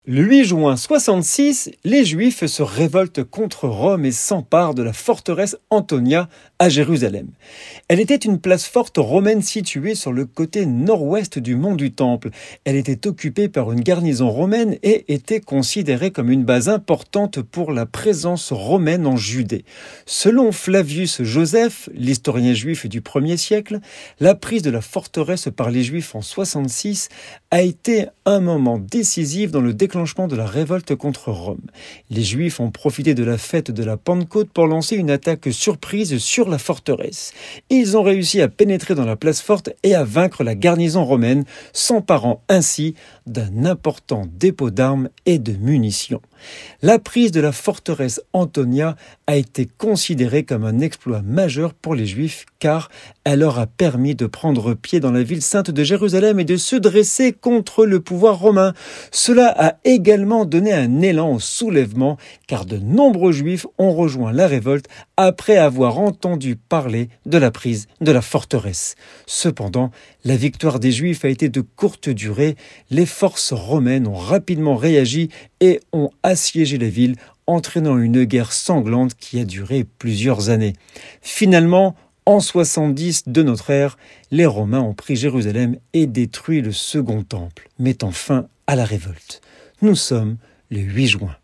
Le 8 juin 66, les Juifs se révoltent contre Rome et s'emparent de la forteresse Antonia à Jérusalem. Elle était une place forte romaine située sur le côté nord-ouest du mont du Temple. Elle était occupée par une garnison romaine et était considérée comme une base importante pour la présence romaine en Judée. Selon Flavius Joseph, l'historien juif du 1er siècle, la prise de la forteresse par les Juifs en 66 a été un moment décisif dans le déclenchement de la révolte contre Rome. Les Juifs ont profité de la fête de la Pentecôte pour lancer une attaque surprise sur la forteresse. Ils ont réussi à pénétrer dans la place forte et à vaincre la garnison romaine, s'emparant ainsi d'un important dépôt d'armes et de munitions. La prise de la forteresse Antonia a été considérée comme un exploit majeur pour les Juifs car elle leur a permis de prendre pied dans la ville sainte de Jérusalem et de se dresser contre le pouvoir romain. Cela a également donné un élan au soulèvement car de nombreux Juifs ont rejoint la révolte après avoir entendu parler de la prise de la forteresse. Cependant, la victoire des Juifs a été de courte durée. Les forces romaines ont rapidement réagi et ont assiégé la ville, entraînant une guerre sanglante qui a duré plusieurs années. Finalement, en 70 de notre ère, les Romains ont pris Jérusalem et détruit le second temple, mettant fin à la révolte. Nous sommes le 8 juin.